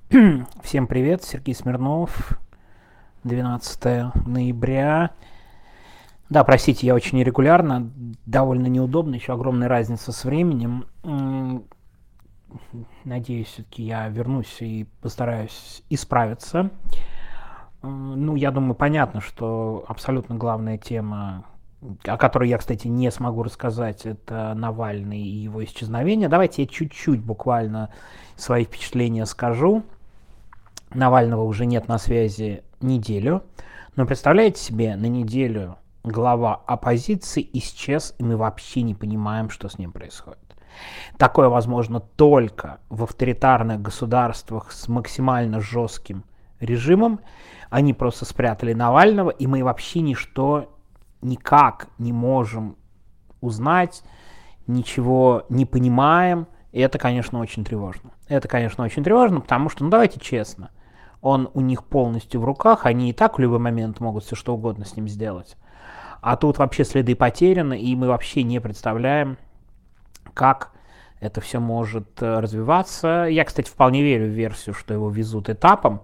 Всем привет, Сергей Смирнов, 12 ноября. Да, простите, я очень нерегулярно, довольно неудобно, еще огромная разница с временем. Надеюсь, все-таки я вернусь и постараюсь исправиться. Ну, я думаю, понятно, что абсолютно главная тема, о которой я, кстати, не смогу рассказать, это Навальный и его исчезновение. Давайте я чуть-чуть буквально свои впечатления скажу. Навального уже нет на связи неделю. Но представляете себе, на неделю глава оппозиции исчез, и мы вообще не понимаем, что с ним происходит. Такое возможно только в авторитарных государствах с максимально жестким режимом. Они просто спрятали Навального, и мы вообще ничто никак не можем узнать, ничего не понимаем. И это, конечно, очень тревожно. Это, конечно, очень тревожно, потому что, ну давайте честно, он у них полностью в руках, они и так в любой момент могут все что угодно с ним сделать. А тут вообще следы потеряны, и мы вообще не представляем, как это все может развиваться. Я, кстати, вполне верю в версию, что его везут этапом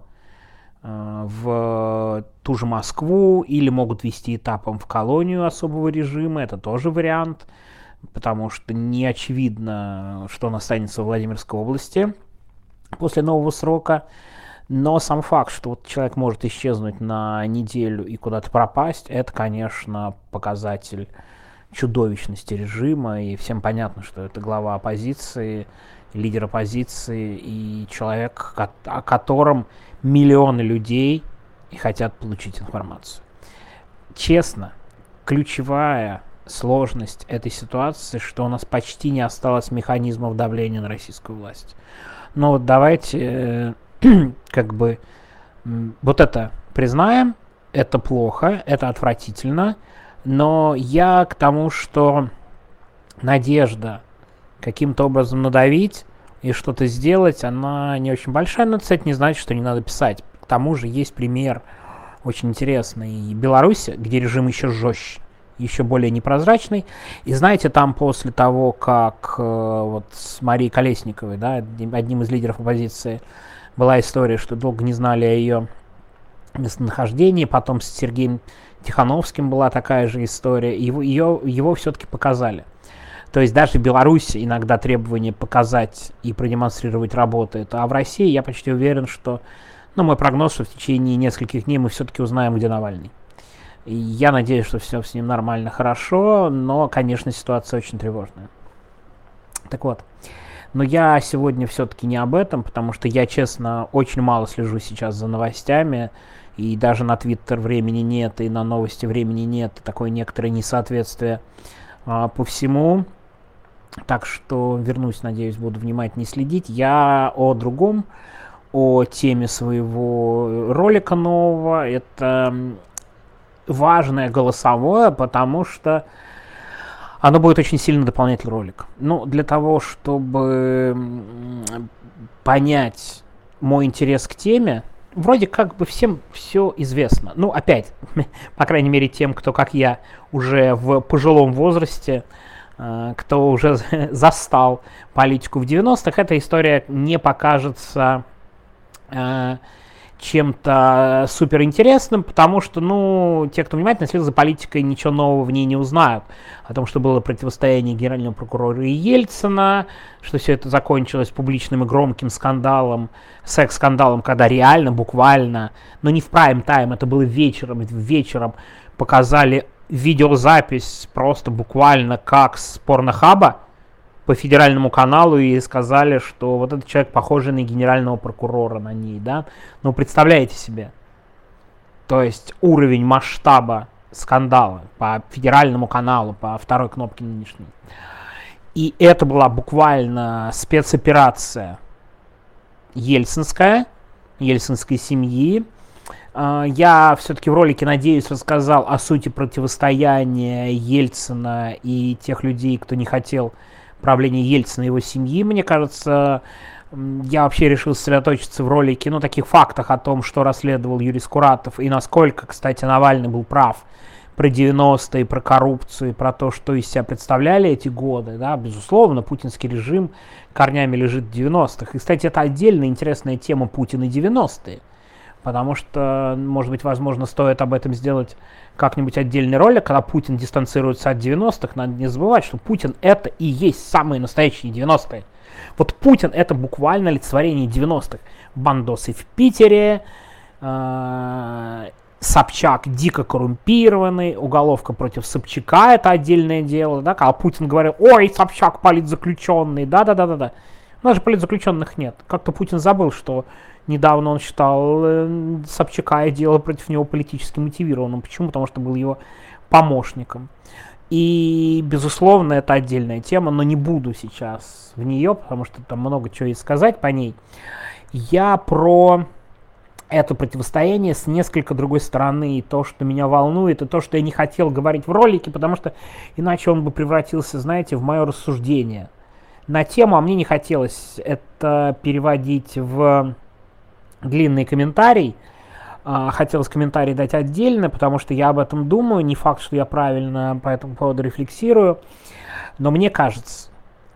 в ту же Москву или могут везти этапом в колонию особого режима. Это тоже вариант, потому что не очевидно, что он останется в Владимирской области после нового срока. Но сам факт, что вот человек может исчезнуть на неделю и куда-то пропасть, это, конечно, показатель чудовищности режима, и всем понятно, что это глава оппозиции, лидер оппозиции и человек, о котором миллионы людей и хотят получить информацию. Честно, ключевая сложность этой ситуации, что у нас почти не осталось механизмов давления на российскую власть. Но вот давайте как бы вот это признаем, это плохо, это отвратительно, но я к тому, что надежда каким-то образом надавить и что-то сделать, она не очень большая, но, кстати, не значит, что не надо писать. К тому же есть пример очень интересный Беларуси, где режим еще жестче, еще более непрозрачный. И знаете, там после того, как вот с Марией Колесниковой, да, одним из лидеров оппозиции, была история, что долго не знали о ее местонахождении, потом с Сергеем Тихановским была такая же история, его все-таки показали. То есть даже в Беларуси иногда требование показать и продемонстрировать работает, а в России я почти уверен, что, ну, мой прогноз, что в течение нескольких дней мы все-таки узнаем, где Навальный. И я надеюсь, что все с ним нормально, хорошо, но, конечно, ситуация очень тревожная. Так вот, но я сегодня все-таки не об этом, потому что я, честно, очень мало слежу сейчас за новостями, и даже на Твиттер времени нет, и на новости времени нет, и такое некоторое несоответствие по всему. Так что вернусь, надеюсь, буду внимательнее следить. Я о другом, о теме своего ролика нового. Это важное голосовое, потому что оно будет очень сильно дополнять ролик. Ну, для того, чтобы понять мой интерес к теме, вроде как бы всем все известно. Ну, опять, по крайней мере, тем, кто, как я, уже в пожилом возрасте, кто уже застал политику в 90-х, эта история не покажется чем-то суперинтересным, потому что, ну, те, кто внимательно следил за политикой, ничего нового в ней не узнают. О том, что было противостояние генерального прокурора и Ельцина, что все это закончилось публичным и громким скандалом, секс-скандалом, когда реально, буквально, но не в прайм-тайм, это было вечером показали видеозапись просто буквально как с порнохаба по федеральному каналу и сказали, что вот этот человек похожий на генерального прокурора на ней, да. Ну, представляете себе. То есть уровень масштаба скандала по федеральному каналу, по второй кнопке нынешней. И это была буквально спецоперация ельцинской семьи. Я все-таки в ролике, надеюсь, рассказал о сути противостояния Ельцина и тех людей, кто не хотел правления Ельцина и его семьи. Мне кажется, я вообще решил сосредоточиться в ролике, ну, таких фактах о том, что расследовал Юрий Скуратов и насколько, кстати, Навальный был прав про 90-е, про коррупцию, про то, что из себя представляли эти годы, да, безусловно, путинский режим корнями лежит в 90-х. И, кстати, это отдельная интересная тема Путин и 90-е, потому что, может быть, возможно, стоит об этом сделать как-нибудь отдельный ролик, когда Путин дистанцируется от 90-х. Надо не забывать, что Путин это и есть самые настоящие 90-е. Вот Путин это буквально олицетворение 90-х. Бандосы в Питере, Собчак дико коррумпированный, уголовка против Собчака это отдельное дело, да, когда Путин говорил, ой, Собчак политзаключенный, да-да-да-да-да. У нас же политзаключенных нет. Как-то Путин забыл, что недавно он считал Собчака и дело против него политически мотивированным. Почему? Потому что был его помощником. И, безусловно, это отдельная тема, но не буду сейчас в нее, потому что там много чего есть сказать по ней. Я про это противостояние с несколько другой стороны, и то, что меня волнует, и то, что я не хотел говорить в ролике, потому что иначе он бы превратился, знаете, в мое рассуждение на тему, а мне не хотелось это переводить в длинный комментарий. Хотелось комментарий дать отдельно, потому что я об этом думаю, не факт, что я правильно по этому поводу рефлексирую, но мне кажется,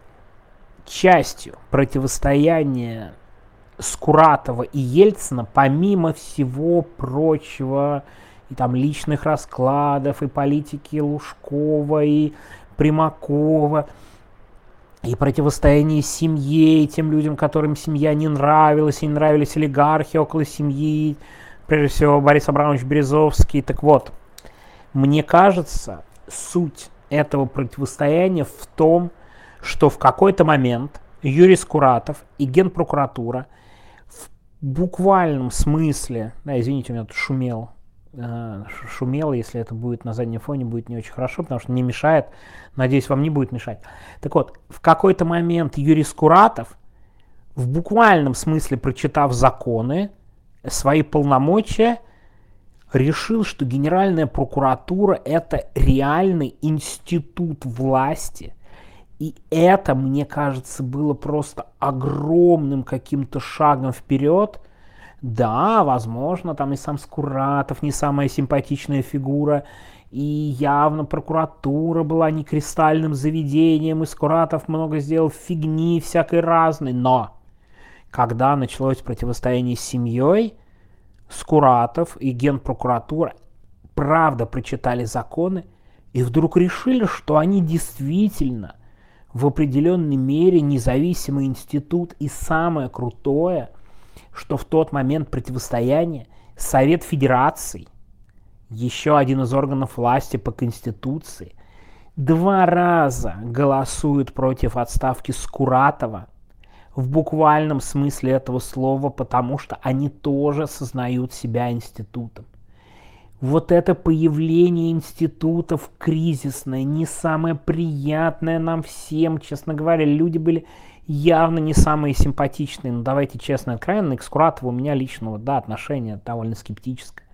частью противостояния Скуратова и Ельцина, помимо всего прочего, и там личных раскладов, и политики Лужкова, и Примакова, и противостояние семье, и тем людям, которым семья не нравилась, и не нравились олигархи около семьи, прежде всего Борис Абрамович Березовский. Так вот, мне кажется, суть этого противостояния в том, что в какой-то момент Юрий Скуратов и Генпрокуратура в буквальном смысле, да, извините, у меня тут шумело, если это будет на заднем фоне, будет не очень хорошо, потому что не мешает, надеюсь, вам не будет мешать. Так вот, в какой-то момент Юрий Скуратов, в буквальном смысле прочитав законы, свои полномочия, решил, что Генеральная прокуратура это реальный институт власти. И это, мне кажется, было просто огромным каким-то шагом вперед. Да, возможно, там и сам Скуратов не самая симпатичная фигура, и явно прокуратура была не кристальным заведением, и Скуратов много сделал фигни всякой разной. Но когда началось противостояние с семьей, Скуратов и Генпрокуратура правда прочитали законы и вдруг решили, что они действительно в определенной мере независимый институт, и самое крутое, что в тот момент противостояния Совет Федерации, еще один из органов власти по Конституции, 2 раза голосует против отставки Скуратова в буквальном смысле этого слова, потому что они тоже осознают себя институтом. Вот это появление институтов кризисное, не самое приятное нам всем, честно говоря. Люди были явно не самые симпатичные, но давайте честно и откровенно, к Скуратову у меня личного, да, отношение довольно скептическое.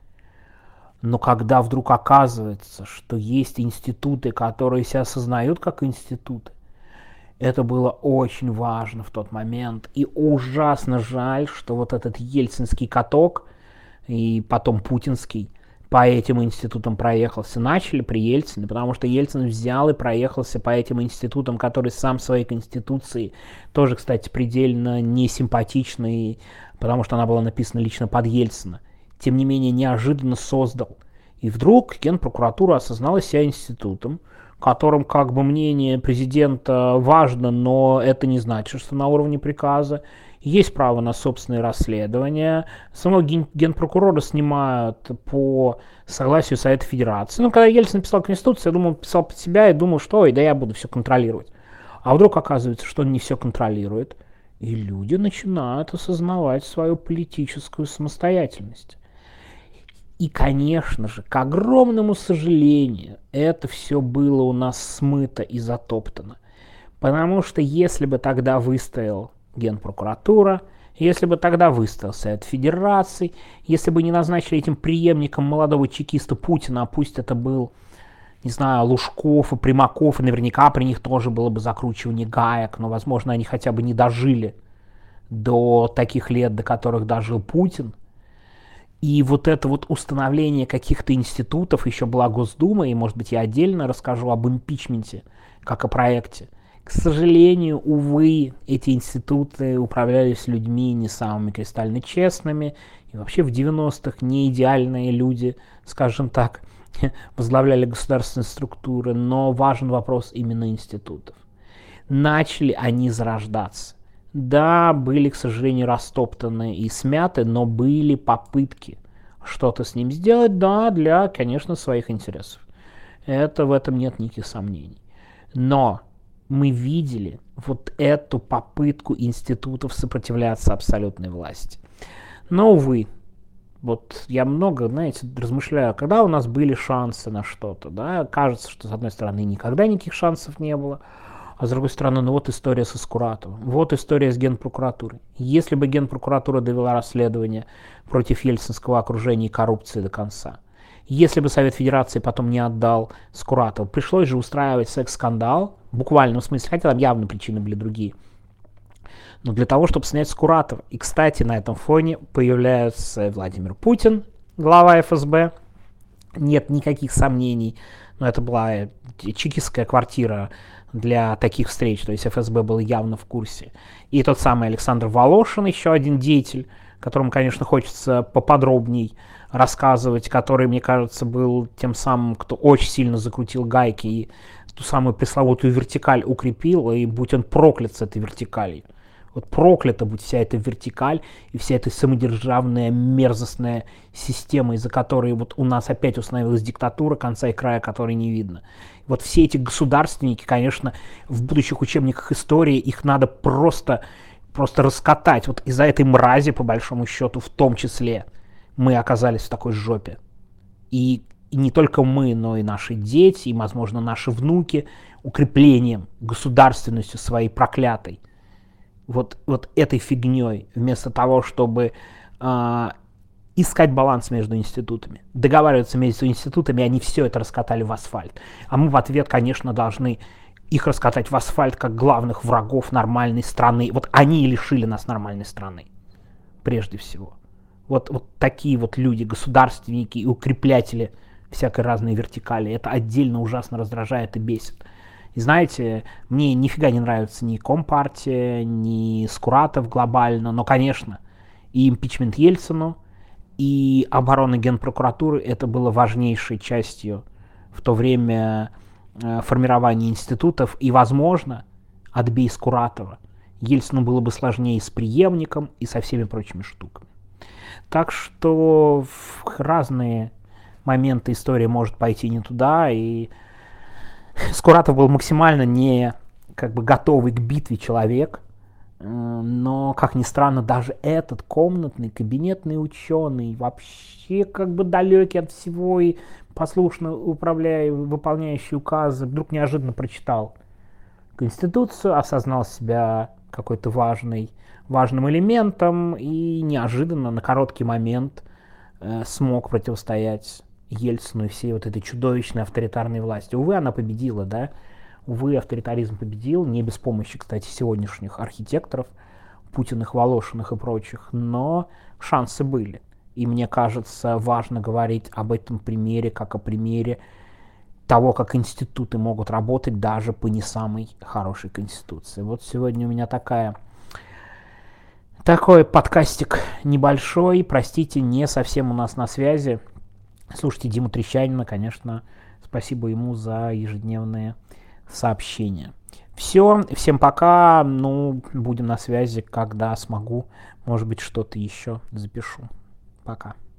Но когда вдруг оказывается, что есть институты, которые себя осознают как институты, это было очень важно в тот момент. И ужасно жаль, что вот этот ельцинский каток и потом путинский по этим институтам проехался. Начали при Ельцине, потому что Ельцин взял и проехался по этим институтам, которые сам в своей конституции, тоже, кстати, предельно несимпатичный, потому что она была написана лично под Ельцина, тем не менее неожиданно создал. И вдруг Генпрокуратура осознала себя институтом, которым как бы мнение президента важно, но это не значит, что на уровне приказа. Есть право на собственные расследования. Самого генпрокурора снимают по согласию Совета Федерации. Ну, когда Ельцин писал Конституцию, я думал, он писал под себя и думал, что ой, да я буду все контролировать. А вдруг оказывается, что он не все контролирует. И люди начинают осознавать свою политическую самостоятельность. И, конечно же, к огромному сожалению, это все было у нас смыто и затоптано. Потому что если бы тогда выстоял Генпрокуратура, если бы тогда выстоял Совет Федерации, если бы не назначили этим преемником молодого чекиста Путина, а пусть это был, не знаю, Лужков и Примаков, и наверняка при них тоже было бы закручивание гаек, но, возможно, они хотя бы не дожили до таких лет, до которых дожил Путин. И вот это вот установление каких-то институтов, еще была Госдума, и, может быть, я отдельно расскажу об импичменте, как о проекте. К сожалению, увы, эти институты управлялись людьми не самыми кристально честными, и вообще в 90-х не идеальные люди, скажем так, возглавляли государственные структуры, но важен вопрос именно институтов. Начали они зарождаться. Да, были, к сожалению, растоптаны и смяты, но были попытки что-то с ним сделать, да, для, конечно, своих интересов. В этом нет никаких сомнений. Но мы видели вот эту попытку институтов сопротивляться абсолютной власти. Но, увы, вот я много, знаете, размышляю, когда у нас были шансы на что-то, да, кажется, что, с одной стороны, никогда никаких шансов не было, а с другой стороны, ну вот история со Скуратовым, вот история с Генпрокуратурой. Если бы Генпрокуратура довела расследование против ельцинского окружения и коррупции до конца, если бы Совет Федерации потом не отдал Скуратова, пришлось же устраивать секс-скандал, в буквальном смысле, хотя там явно причины были другие, но для того, чтобы снять Скуратова. И, кстати, на этом фоне появляется Владимир Путин, глава ФСБ, нет никаких сомнений, но это была чекистская квартира для таких встреч, то есть ФСБ был явно в курсе. И тот самый Александр Волошин, еще один деятель, которому, конечно, хочется поподробней рассказывать, который, мне кажется, был тем самым, кто очень сильно закрутил гайки и ту самую пресловутую вертикаль укрепил, и будь он проклят с этой вертикалью. Вот проклята будь вся эта вертикаль и вся эта самодержавная мерзостная система, из-за которой вот у нас опять установилась диктатура, конца и края которой не видно. Вот все эти государственники, конечно, в будущих учебниках истории их надо просто раскатать. Вот из-за этой мрази, по большому счету, в том числе, мы оказались в такой жопе. И не только мы, но и наши дети, и, возможно, наши внуки укреплением, государственностью своей проклятой, вот этой фигней, вместо того, чтобы искать баланс между институтами, договариваться между институтами, они все это раскатали в асфальт. А мы в ответ, конечно, должны их раскатать в асфальт как главных врагов нормальной страны. Вот они и лишили нас нормальной страны, прежде всего. Вот такие вот люди, государственники и укреплятели всякой разной вертикали, это отдельно ужасно раздражает и бесит. И знаете, мне нифига не нравится ни Компартия, ни Скуратов глобально, но, конечно, и импичмент Ельцину, и оборона Генпрокуратуры это было важнейшей частью в то время формирования институтов, и, возможно, отбей Скуратова, Ельцину было бы сложнее с преемником и со всеми прочими штуками. Так что в разные моменты истории может пойти не туда, и Скуратов был максимально не готовый к битве человек, но, как ни странно, даже этот комнатный кабинетный ученый, вообще далекий от всего и послушно выполняющий указы, вдруг неожиданно прочитал Конституцию, осознал себя какой-то важным элементом и неожиданно на короткий момент смог противостоять Ельцину и всей вот этой чудовищной авторитарной власти. Увы, она победила, да? Увы, авторитаризм победил, не без помощи, кстати, сегодняшних архитекторов, Путиных, Волошиных и прочих, но шансы были. И мне кажется, важно говорить об этом примере, как о примере того, как институты могут работать даже по не самой хорошей конституции. Вот сегодня у меня такой подкастик небольшой, простите, не совсем у нас на связи. Слушайте Диму Трещанина, конечно, спасибо ему за ежедневные сообщения. Все, всем пока, будем на связи, когда смогу, может быть, что-то еще запишу. Пока.